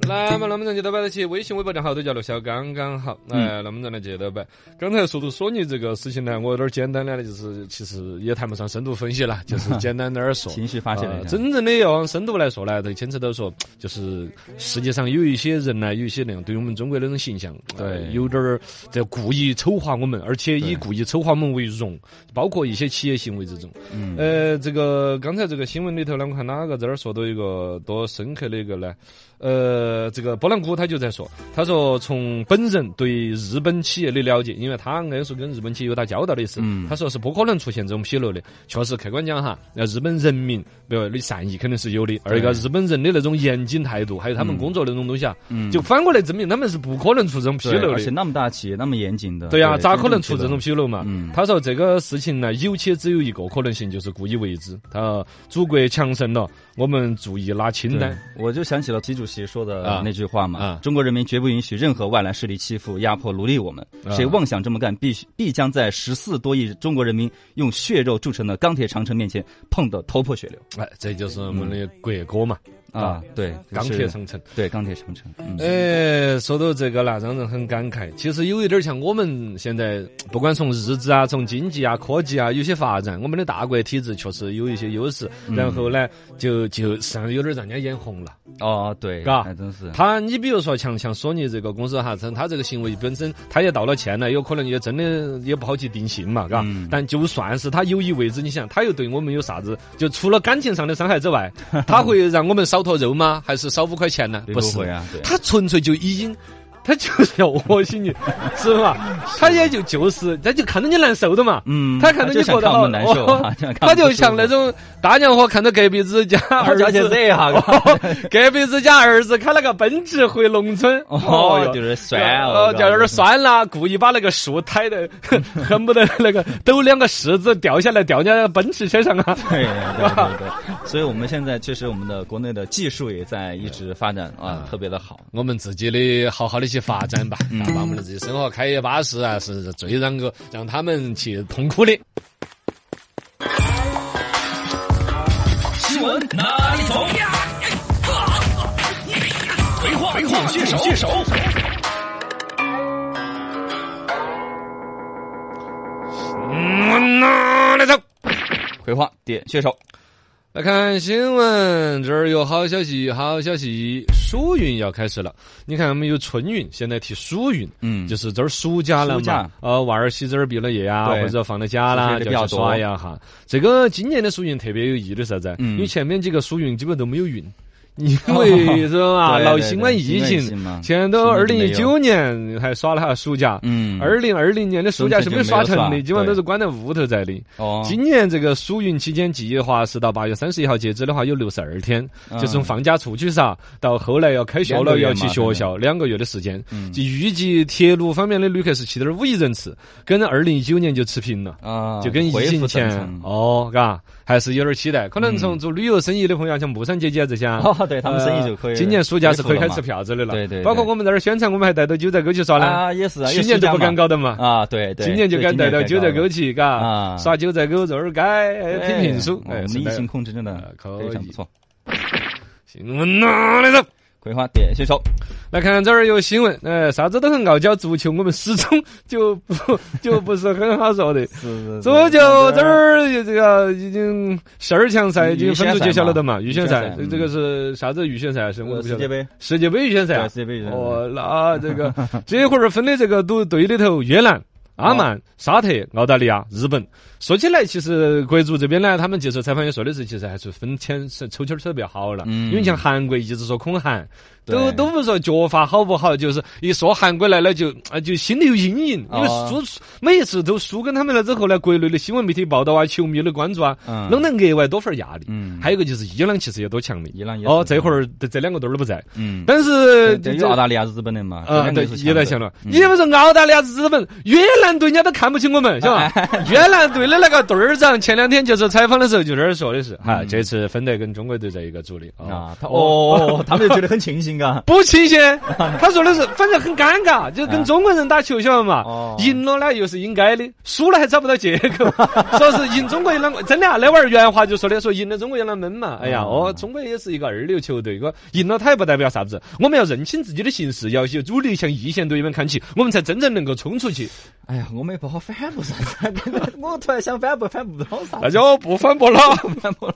那么能接着摆得起，微信、微博账号都叫录小刚刚好。能不能来接着摆？刚才说到索尼这个事情呢，我有点简单的，就是其实也谈不上深度分析了，就是简单点儿说， 情绪发泄了。 真正的要往深度来说呢，都牵扯到说，就是世界上有一些人呢，有一些那样对于我们中国那种形象， 对， 有点儿在故意丑化我们，而且以故意丑化我们为荣，包括一些企业行为这种。这个刚才这个新闻里头呢，我看哪个在这儿说到一个多深刻的一个呢？这个波兰谷他就在说，他说从本人对日本企业的了解，因为他硬是跟日本企业有打交道的意思，他说是不可能出现这种纰漏的。确实客观讲哈，日本人民比如的善意肯定是有的，而一个日本人的那种严谨态度，还有他们工作那种东西啊，就反过来证明他们是不可能出这种纰漏的。 而且那么大企业那么严谨的， 对呀，咋可能出这种纰漏嘛？他说这个事情呢，有且只有一个可能性，就是故意为之。他祖国强盛了，我们注意拉清单。 我就想起了习主席说的那句话嘛，中国人民绝不允许任何外来势力欺负、压迫、奴隶我们。谁妄想这么干，必将在14多亿中国人民用血肉铸成的钢铁长城面前碰得头破血流。 这就是我们的国歌嘛。 对， 钢铁长城， 对，钢铁长城。 说到这个了，让人很感慨。其实有一点像我们现在，不管从日子啊、从经济啊、科技啊，有些发展，我们的大国体制确实有一些优势。然后呢，就上有点让人家眼红了。 对， 嘎， 还真是。 你比如说像索尼这个公司哈，他这个行为本身他也道了歉了，有可能也真的也不好去定性嘛，嘎。但就算是他有意为之，你想他又对我们有啥子？就除了感情上的伤害之外，他会让我们少坨肉吗？还是少5块钱呢？不是啊， 他纯粹就已经。他就是要恶心你，是吧？他也就是他就看到你难受的嘛，他看到你过得好难受， 他就像那种大娘伙看到隔壁子家儿子惹一下， 隔壁子家儿子开了个奔驰回农村， 就是酸了， 就有点酸了，故意把那个树抬的，恨不得那个抖2个柿子掉下来掉人家奔驰车上啊！ 对，所以我们现在确实我们的国内的技术也在一直发展特别的好， 我们自己的好好的去发展吧，把我们的自己生活开业巴适啊，是最让他们去痛苦的。 新闻哪里走？回话血手。 哪里走？ 回话点血手。 来看新闻，这儿有好消息，暑运要开始了。你看我们有春运，现在提暑运，就是这儿暑假了嘛，娃儿洗这儿毕了业啊，或者放了假啦，就去耍呀哈。这个今年的暑运特别有意义的啥子？因为前面几个暑运基本都没有运。因为是吧，闹新冠疫情，现在都2019年还耍了下暑假，2020年的暑假是没有耍成的，基本上都是关在屋头在的。今年这个暑运期间计划是到8月31号截止的话，有62天，就是从放假出去撒，到后来要开学了要去学校2个月的时间。就预计铁路方面的旅客是7.5亿人次，跟2019年就持平了，就跟疫情前嘎。还是有点期待，可能从做旅游生意的朋友，像木山姐姐这些对他们生意就可以。 今年暑假是可以开吃票子的了， 对， 包括我们在这儿宣传，我们还带到九寨沟去耍呢。 也是啊， 去年就不敢搞的嘛。 对， 今年就敢带到九寨沟去，嘎，耍九寨沟肉儿街，品评书。 我们的疫情控制真的非常不错。 新闻哪里走？ 葵花点血手。 来看这儿有新闻，啥子都很傲娇，足球我们始终就不是很好说的。足球这儿这个已经12强赛已经分出揭晓了的嘛，预选赛这个是啥子预选赛？是我不晓得。世界杯预选赛。 世界杯预选赛。 那这个这会儿分的这个队里头，越南、阿曼、沙特、澳大利亚、日本。说起来，其实国足这边呢，他们接受采访也说的是，其实还是分签是抽签特别好了，因为像韩国一直说恐韩，都不说脚法好不好，就是一说韩国来了就心里有阴影，因为每一次都输跟他们了之后呢，国内的新闻媒体报道啊，球迷的关注啊，弄得额外多份压力。还有一个就是伊朗其实也多强的， 伊朗也这会儿这2个队儿都不在，但是有澳大利亚、日本的嘛， 对，也在强了。你不是澳大利亚、日本、越南队人家都看不起我们，是吧？越南队的那个队长前2天接受采访的时候就在这儿说的是，这次分得跟中国队在一个组里他们就觉得很庆幸嘎？ 不新鲜。他说的是，反正很尴尬，就跟中国人打球晓得嘛，赢了呢又是应该的，输了还找不到借口，说是赢中国赢了，真的啊，那玩意儿原话就说的，说赢了中国赢了闷嘛。哎呀，中国也是一个二流球队，个赢了它也不代表啥子，我们要认清自己的形势，要有努力向一线队员看齐，我们才真正能够冲出去。 哎呀，我们也不好反驳啥子，我突然想反驳不到啥， 那就不反驳了， 反驳了。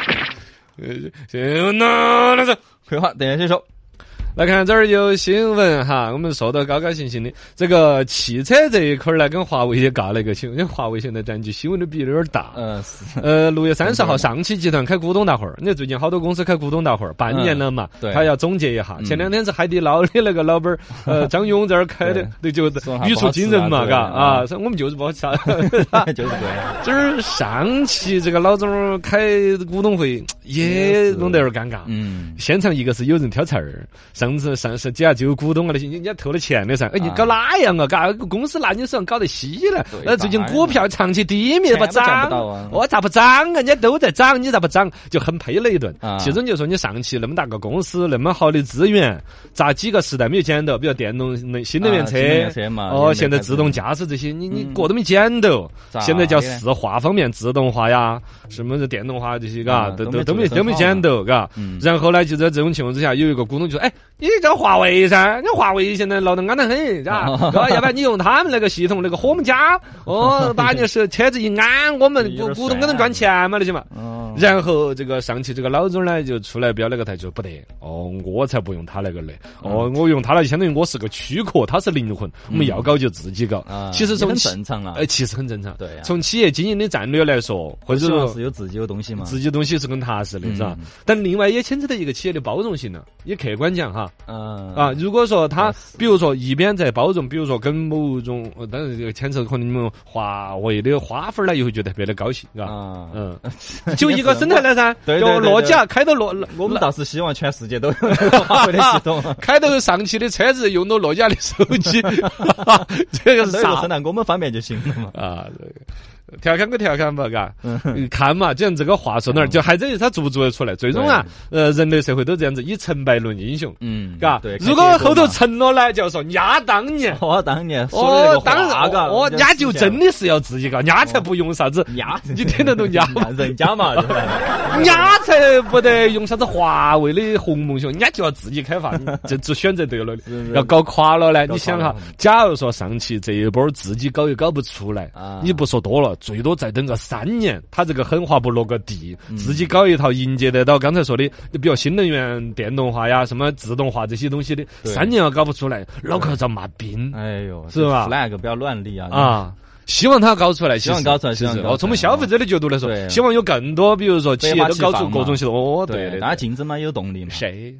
行，那是废话，等一下先说。 来看这儿有新闻哈，我们说到高高兴兴的这个汽车这一块儿呢，跟华为也尬了一个新闻，因为华为现在占据新闻的比例有点大。6月30号，上汽集团开股东大会儿，你看最近好多公司开股东大会儿，半年了嘛，他要总结一下。前2天是海底捞的那个老板张勇在这儿开的，对，就语出惊人嘛，嘎啊，我们就是不好吃， 就是对。 这儿上汽这个老总开股东会也弄得有点尴尬，现场一个是有人挑刺儿。上市几下就有股东啊那些，人家投了钱的噻。哎，你搞哪样啊？嘎，公司那你手上搞得稀了。最近股票长期低迷不涨，咋不涨？人家都在涨，你咋不涨？就很呸了一顿。其中就说你上汽那么大个公司，那么好的资源，咋几个时代没有捡到？比如电动新能源车现在自动驾驶这些，你个都没捡到。现在叫4化方面自动化呀，什么电动化这些，嘎，都没捡到，嘎。然后呢，就在这种情况之下，有一个股东就说：“哎。”你这华为噻，你华为现在闹得安得很，是吧？要不然你用他们那个系统，那个火家，把你是车子一安，我们股东可能赚钱嘛那些嘛。然后这个上汽这个老总呢就出来标了个态，就不得我才不用他那个嘞，我用他那相当于我是个躯壳，他是灵魂，我们要搞就自己搞。其实很正常啊， 其实很正常。 对， 从企业经营的战略来说，或者说是有自己的东西嘛， 自己的东西是更踏实的，是吧？但另外也牵扯到一个企业的包容性了，也客观讲哈。如果说他比如说一边在包容，比如说跟某种当然这个牵扯可能你们华为的花粉呢，也会觉得特别的高兴，是吧？就一个生态了噻，就诺基亚开到我们倒是希望全世界都有华为的系统， 开到上汽的车子用到诺基亚的手机，这个是啥？ 那我们方便就行了嘛。 调侃归调侃吧，嘎，看嘛，既然这个话说哪儿，就还在于他做不做得出来。最终啊，人类社会都这样子，以成败论英雄，嘎。对，如果后头成了呢，就说伢当年， 当年说的那个话，嘎， 伢就真的是要自己搞，伢才不用啥子伢， 你听得懂伢吗？ 人家嘛， 伢才不得用啥子华为的鸿蒙熊，伢就要自己开发，这只选择对了的。要搞垮了呢，你想哈，假如说上汽这一波自己搞也搞不出来，你不说多了。最多再等个3年，他这个狠话不落个地，自己搞一套迎接得到刚才说的，比如新能源电动化呀、什么自动化这些东西的，3年要搞不出来，脑壳遭骂冰， 哎呦， 是吧 ？flag 不要乱立希望他搞出来， 希望搞出来， 从我们消费者的角度来说，希望有更多，比如说企业都搞出各种系统，对， 大家竞争嘛，有动力嘛。 谁？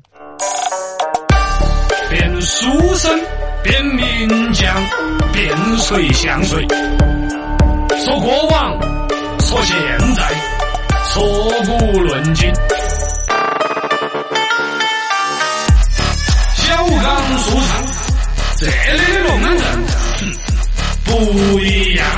变书生，变名将，变谁像谁？说过往，说现在，说古论今。小刚书场，这里的龙门阵不一样。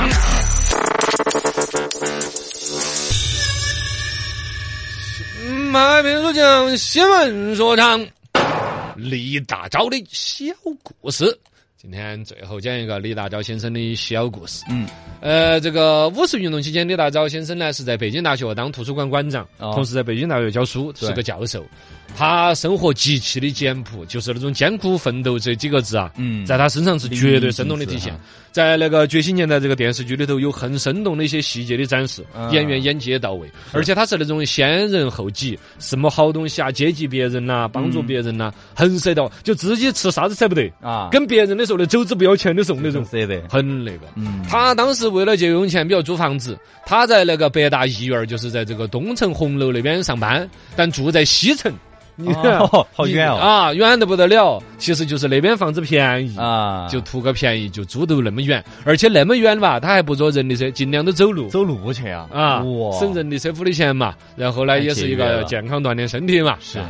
马评书讲新闻说唱，李大钊的小故事。今天最后讲一个李大钊先生的小故事。这个50运动期间，李大钊先生呢是在北京大学当图书馆馆长，同时在北京大学教书，是个教授。他生活极其的简朴，就是那种艰苦奋斗这几个字啊，在他身上是绝对生动的体现。在那个《觉醒年代》这个电视剧里头，有很生动的一些细节的展示，演员演技也到位，而且他是那种先人后己，什么好东西啊，接济别人呐，帮助别人呐，很舍得，就自己吃啥子舍不得啊，跟别人的时候的走之不要钱的送那种，很那个。他当时为了节约用钱，比如租房子，他在那个北大医院，就是在这个东城红楼那边上班，但住在西城。 好远远得不得了。其实就是那边房子便宜啊，就图个便宜，就租到那么远，而且那么远吧，他还不坐人力车，尽量都走路去啊， 省人力车付的钱嘛。然后呢，也是一个健康锻炼身体嘛。 是。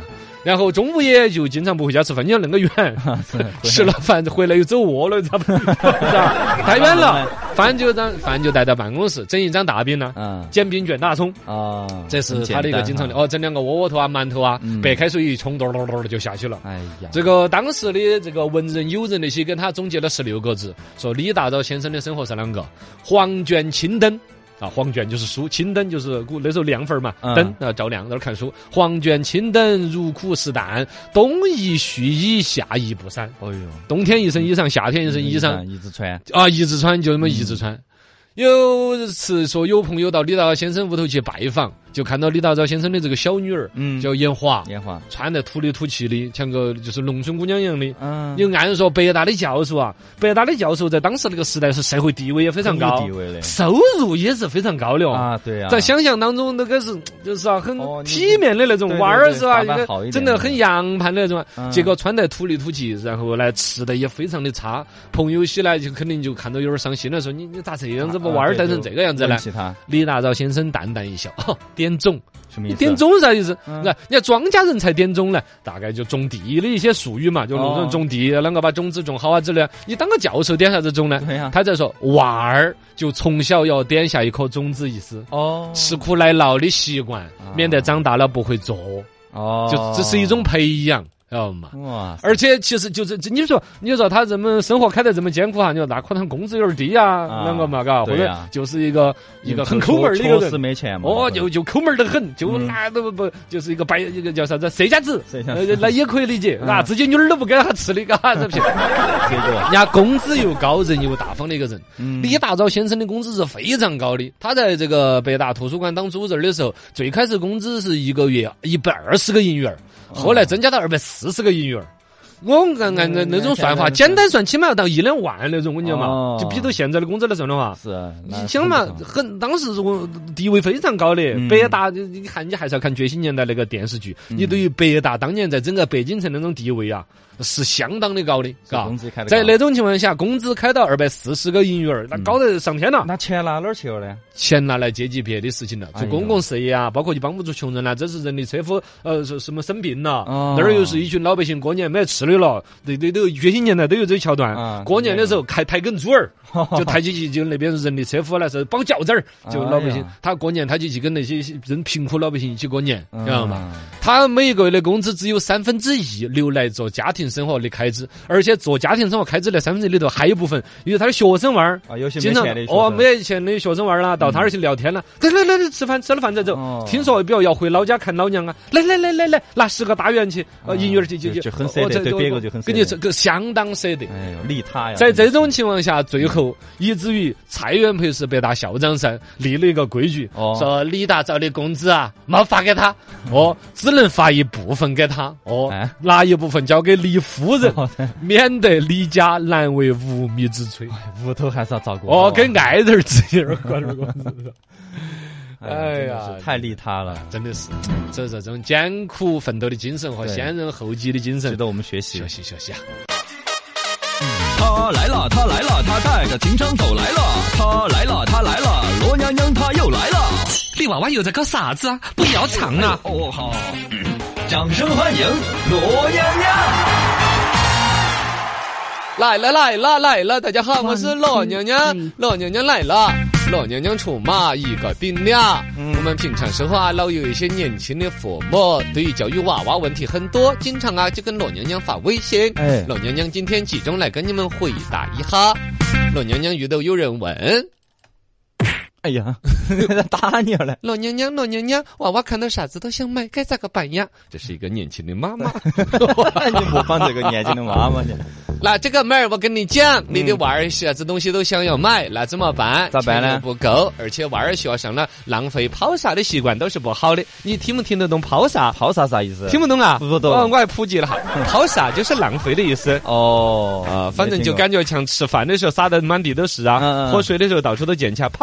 然后中午也就经常不回家吃饭，你要那个远，吃了饭回来又走窝了，是吧？太远了，饭就带到办公室，整一张大饼呢，煎饼卷大葱啊，这是他的一个经常的。整两个窝窝头啊、馒头啊，白开水一冲，咚咚咚的就下去了。哎呀，这个当时的这个文人友人那些跟他总结了16个字，说李大钊先生的生活是啷个？黄卷青灯。黄卷就是书，青灯就是那时候亮粉嘛，灯照亮在那看书。黄卷青灯，如苦似淡，冬宜絮衣，夏宜不衫。哎呦，冬天一身衣裳，夏天一身衣裳， 一直穿一直穿，就那么一直穿。有次说有朋友到李大钊先生屋头去拜访，就看到李大钊先生的这个小女儿，叫严华，穿得土里土气的，像个就是农村姑娘一样的。又按说北大的教授啊，北大的教授在当时那个时代是社会地位也非常高，地位的，收入也是非常高的啊。对啊，在想象当中那个是就是很体面的那种娃儿是吧？真的很洋盘的那种。结果穿得土里土气，然后呢吃的也非常的差。朋友起来就肯定就看到有点伤心了，说你咋这样子？把娃儿带成这个样子呢？李大钊先生淡淡一笑，点种。什么意思？点种是啥意思？你看庄稼人才点种呢，大概就种地的一些术语嘛，就农村种地，啷个把种子种好啊之类。你当个教授点啥子种呢？他在说娃儿就从小要点下一颗种子意思。吃苦耐劳的习惯，免得长大了不会做。就这是一种培养。哇！而且其实就是你说他这么生活开得这么艰苦哈，你说那可能工资有点低啊，啷个嘛嘎，或者就是一个很抠门的一个人，没钱嘛，就抠门得很，就那都不就是一个叫啥子色家子，那也可以理解啊，自己女儿都不给他吃的嘎，这不行。人家工资又高，人又大方的一个人。李大钊先生的工资是非常高的，他在这个北大图书馆当主任的时候，最开始工资是1个月120个银元。后来增加到240个银元，我按那种算法，简单算起码要到1-2万那种，我跟你讲嘛，就比到现在的工资来算的话，是你想嘛，当时我地位非常高的北大，你看你还是要看《觉醒年代》那个电视剧，你对于北大当年在整个北京城那种地位啊，是相当的高的，嘎。在那种情况下，工资开到240个银元，那高得上天了。那钱拿哪儿去了呢？钱拿来接济别的事情了，做公共事业啊，包括去帮助穷人啊。这是人力车夫，什么生病了，那儿又是一群老百姓过年没吃的了，对，都觉醒年代都有这桥段。过年的时候抬根猪儿，就抬起去，就那边人力车夫来是包饺子儿，就老百姓他过年他就去跟那些人贫苦老百姓一起过年，知道吗？他每个月的工资只有1/3留来做家庭生活的开支，而且做家庭生活开支的1/3里头还有一部分，因为他的学生娃儿有些没钱的没钱的学生娃儿啦，到他那儿去聊天了，来吃饭，吃了饭再走。听说比如要回老家看老娘啊，来，拿10个大元去，银元就很舍得，对别个就很舍得，跟你这个相当舍得。哎呦，利他呀！在这种情况下，最后以至于蔡元培是北大校长上立了一个规矩，说李大钊的工资啊，没发给他，只能发一部分给他，拿一部分交给李夫人，免得李家难为无米之炊。屋头还是要照顾。跟爱人之间管点工资。哎呀，太利他了，真的是，这种艰苦奋斗的精神和先人后继的精神，值得我们学习啊！ 他来了，他带着情商走来了，他来了，罗娘娘她又来了。 李娃娃又在搞啥子啊？不要唱啊！ 好，掌声欢迎罗娘娘。 来了！大家好，我是罗娘娘，罗娘娘来了。罗娘娘出马一个顶俩。我们平常生活啊，老有一些年轻的父母对于教育娃娃问题很多，经常啊就跟罗娘娘发微信。罗娘娘今天集中来跟你们回答一下。罗娘娘遇到有人问。哎呀，打你了！罗娘娘，娃娃看到啥子都想买，该咋个办呀？这是一个年轻的妈妈。 你模仿这个年轻的妈妈呢？ 那这个妹儿，我跟你讲，你的娃儿啥子东西都想要买，那怎么办？ 咋办呢？ 不够，而且娃儿学上了浪费抛砂的习惯，都是不好的。你听不听得懂抛砂？ 抛砂啥意思？ 听不懂啊？ 不懂。 我还普及了哈。抛砂就是浪费的意思。反正就感觉像吃饭的时候撒得满地都是啊，喝水的时候到处都溅起来，抛砂。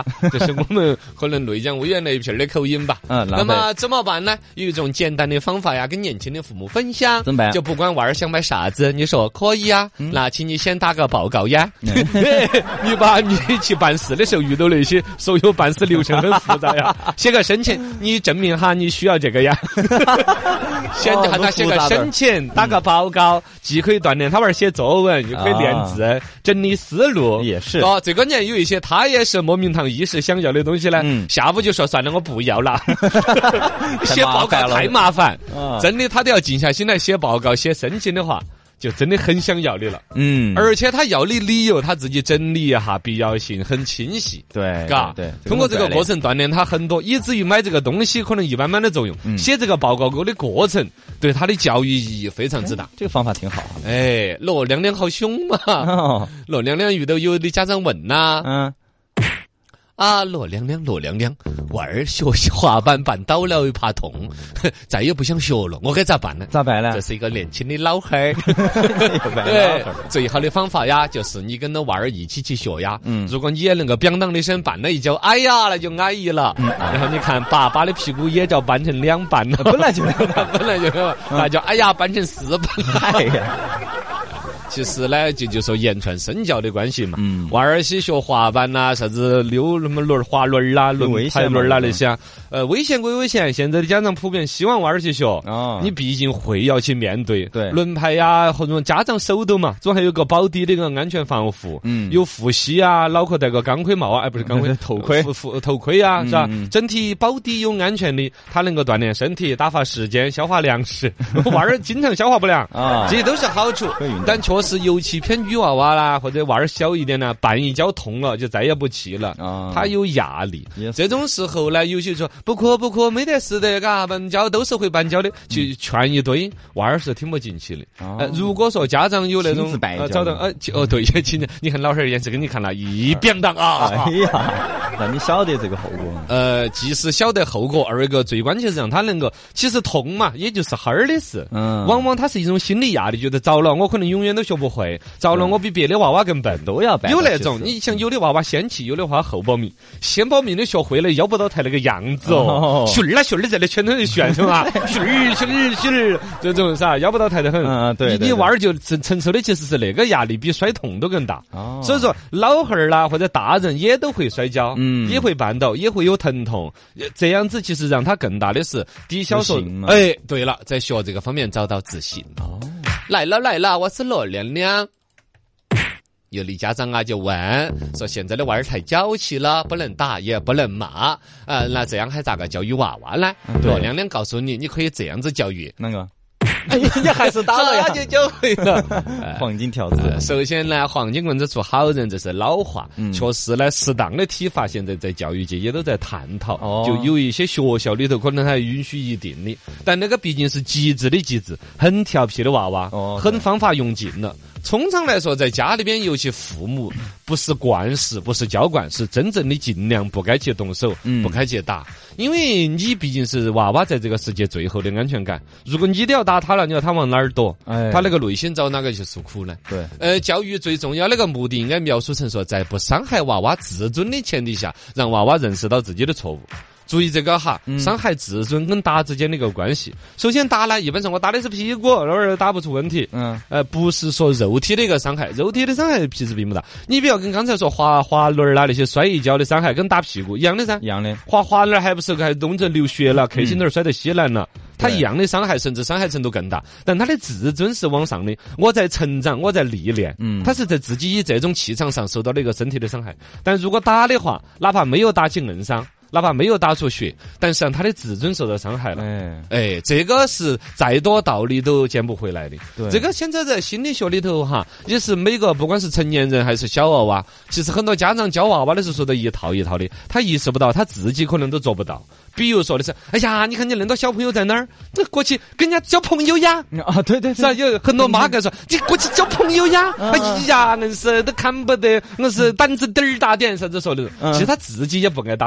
这是我们可能内江委员那一片的口音吧。那么怎么办呢？有一种简单的方法呀，跟年轻的父母分享。 怎么办？ 就不管娃儿想买啥子，你说可以呀，那请你先打个报告呀。你把你去办事的时候遇到那些所有办事流程很复杂呀，写个申请，你证明哈你需要这个呀。先让他写个申请，打个报告，既可以锻炼他娃儿写作文，又可以练字，整理思路。 也是。 最关键有一些他也是莫名堂一时想要的东西呢，下午就说算了，我不要了。写报告太麻烦，真的他都要静下心来写报告、写申请的话。就真的很想要你了，而且他要的理由他自己整理一下，必要性很清晰， 对， 嘎， 对， 通过这个过程锻炼他很多，以至于买这个东西可能一般般的作用。写这个报告的过程对他的教育意义非常之大。 这个方法挺好。 罗亮亮好凶嘛！罗亮亮遇到有的家长问呐，罗亮亮，娃儿学滑板绊倒了，怕痛，再也不想学了，我该咋办呢？ 咋办呢？ 这是一个年轻的老汉儿。对，最好的方法呀，就是你跟着娃儿一起去学呀。如果你也能够咣当的一声绊了一跤，哎呀，那就安逸了。然后你看爸爸的屁股也叫绊成两半了， 本来就那就哎呀绊成4半。 哎呀。 其实呢，就说言传身教的关系嘛。娃儿些学滑板呐，啥子溜什么轮滑轮啦、轮排轮啦那些啊，危险归危险，现在的家长普遍希望娃儿去学。你毕竟会要去面对。 对， 轮排呀，或者家长手抖嘛，总还有个保底的个安全防护。有护膝啊，脑壳戴个钢盔帽啊，不是钢盔， 头盔， 头盔啊，是吧？整体保底有安全的，它能够锻炼身体，打发时间，消化粮食。娃儿经常消化不良这些都是好处。但确实，尤其偏女娃娃啦，或者娃儿小一点呢，绊一跤痛了就再也不去了。他有压力。这种时候呢，有些说不哭，没得事的，嘎，绊跤都是会绊跤的，去劝一堆，娃儿是听不进去的。如果说家长有那种找到对，你看老汉儿也是跟你看了一扁当啊。 哎呀，那你晓得这个后果？ 既是晓得后果，二一个最关键是让他能够，其实痛嘛，也就是哈儿的事。往往他是一种心理压力，觉得着了我可能永远都学不会，着了我比别的娃娃更笨， 都要笨。 有那种，你像有的娃娃先去，有的娃后保命，先保命的学会了腰不到台那个样子训儿在那拳头里旋是吧？训儿这种啥腰不到台的很。 对， 你娃儿就承受的其实是那个压力比摔痛都更大。所以说老汉儿啦或者大人也都会摔跤，也会绊倒，也会有疼痛，这样子其实让他更大的是抵消说，对了，在学这个方面找到自信。来了，我是罗亮亮。有的家长啊就问说，现在的娃儿太娇气了，不能打也不能骂，那这样还咋个教育娃娃呢？罗亮亮告诉你，你可以这样子教育。 那个你还是打了呀，就教会了。 黄金条子。 首先呢，黄金棍子出好人，这是老话。确实呢，适当的体罚现在在教育界也都在探讨。就有一些学校里头可能还允许一定的，但那个毕竟是极致的极致，很调皮的娃娃，很方法用尽了。通常来说，在家里边，尤其父母不是惯事，不是教惯，是真正的尽量不该去动手，不该去打，因为你毕竟是娃娃在这个世界最后的安全感。如果你都要打他了，你要他往哪儿躲？他那个内心找哪个去诉苦呢？ 对， 教育最重要的一个目的应该描述成说，在不伤害娃娃自尊的前提下，让娃娃认识到自己的错误。注意这个哈，伤害自尊跟打之间的一个关系。首先打呢，一般上我打的是屁股，那儿打不出问题。不是说肉体的一个伤害，肉体的伤害其实并不大。你比如跟刚才说滑轮啦那些摔一跤的伤害，跟打屁股一样的噻。 一样的。 滑轮还不是还弄着流血了，克星那儿摔得稀烂了。他一样的伤害，甚至伤害程度更大，但他的自尊是往上的。我在成长，我在历练，他是在自己以这种气场上受到了一个身体的伤害。但如果打的话，哪怕没有打起硬伤，哪怕没有打出血，但是让他的自尊受到伤害了。这个是再多道理都捡不回来的。这个现在在心理学里头哈，也是每个不管是成年人还是小娃娃，其实很多家长教娃娃的时候说的一套一套的，他意识不到，他自己可能都做不到。比如说的是，哎呀，你看你那么多小朋友在那儿，这过去跟人家交朋友呀。 对， 是吧？有很多妈跟说，你过去交朋友呀。哎呀，硬是都看不得，硬是胆子点儿大点，啥子说的。其实他自己也不爱打对。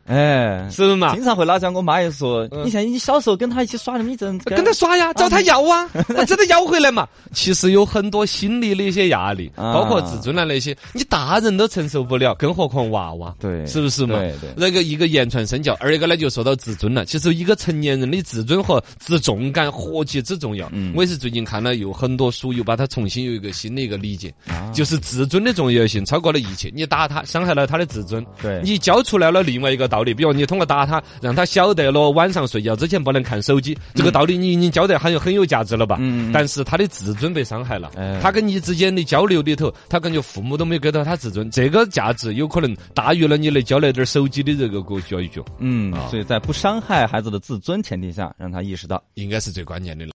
哎， 是不是嘛？ 经常会拉着我妈也说，你像你小时候跟他一起耍那么一阵， 跟他耍呀，找他要啊，真的要回来嘛。其实有很多心理的一些压力，包括自尊啊那些，你大人都承受不了，更何况娃娃， 对， 是不是嘛？ 对， 那个一个言传身教，二一个呢就说到自尊了。其实一个成年人的自尊和自重感何其之重要。我也是最近看了有很多书，又把它重新有一个新的一个理解，就是自尊的重要性超过了一切。你打他，伤害了他的自尊， 对， 你教出来了另外一个道理，比如你通过打他，让他晓得了晚上睡觉之前不能看手机，这个道理你已经教得很有价值了吧？但是他的自尊被伤害了，他跟你之间的交流里头，他感觉父母都没有给到他自尊，这个价值有可能大于了你来教来点手机的这个教育局。 所以在不伤害孩子的自尊前提下，让他意识到， 应该是最关键的了。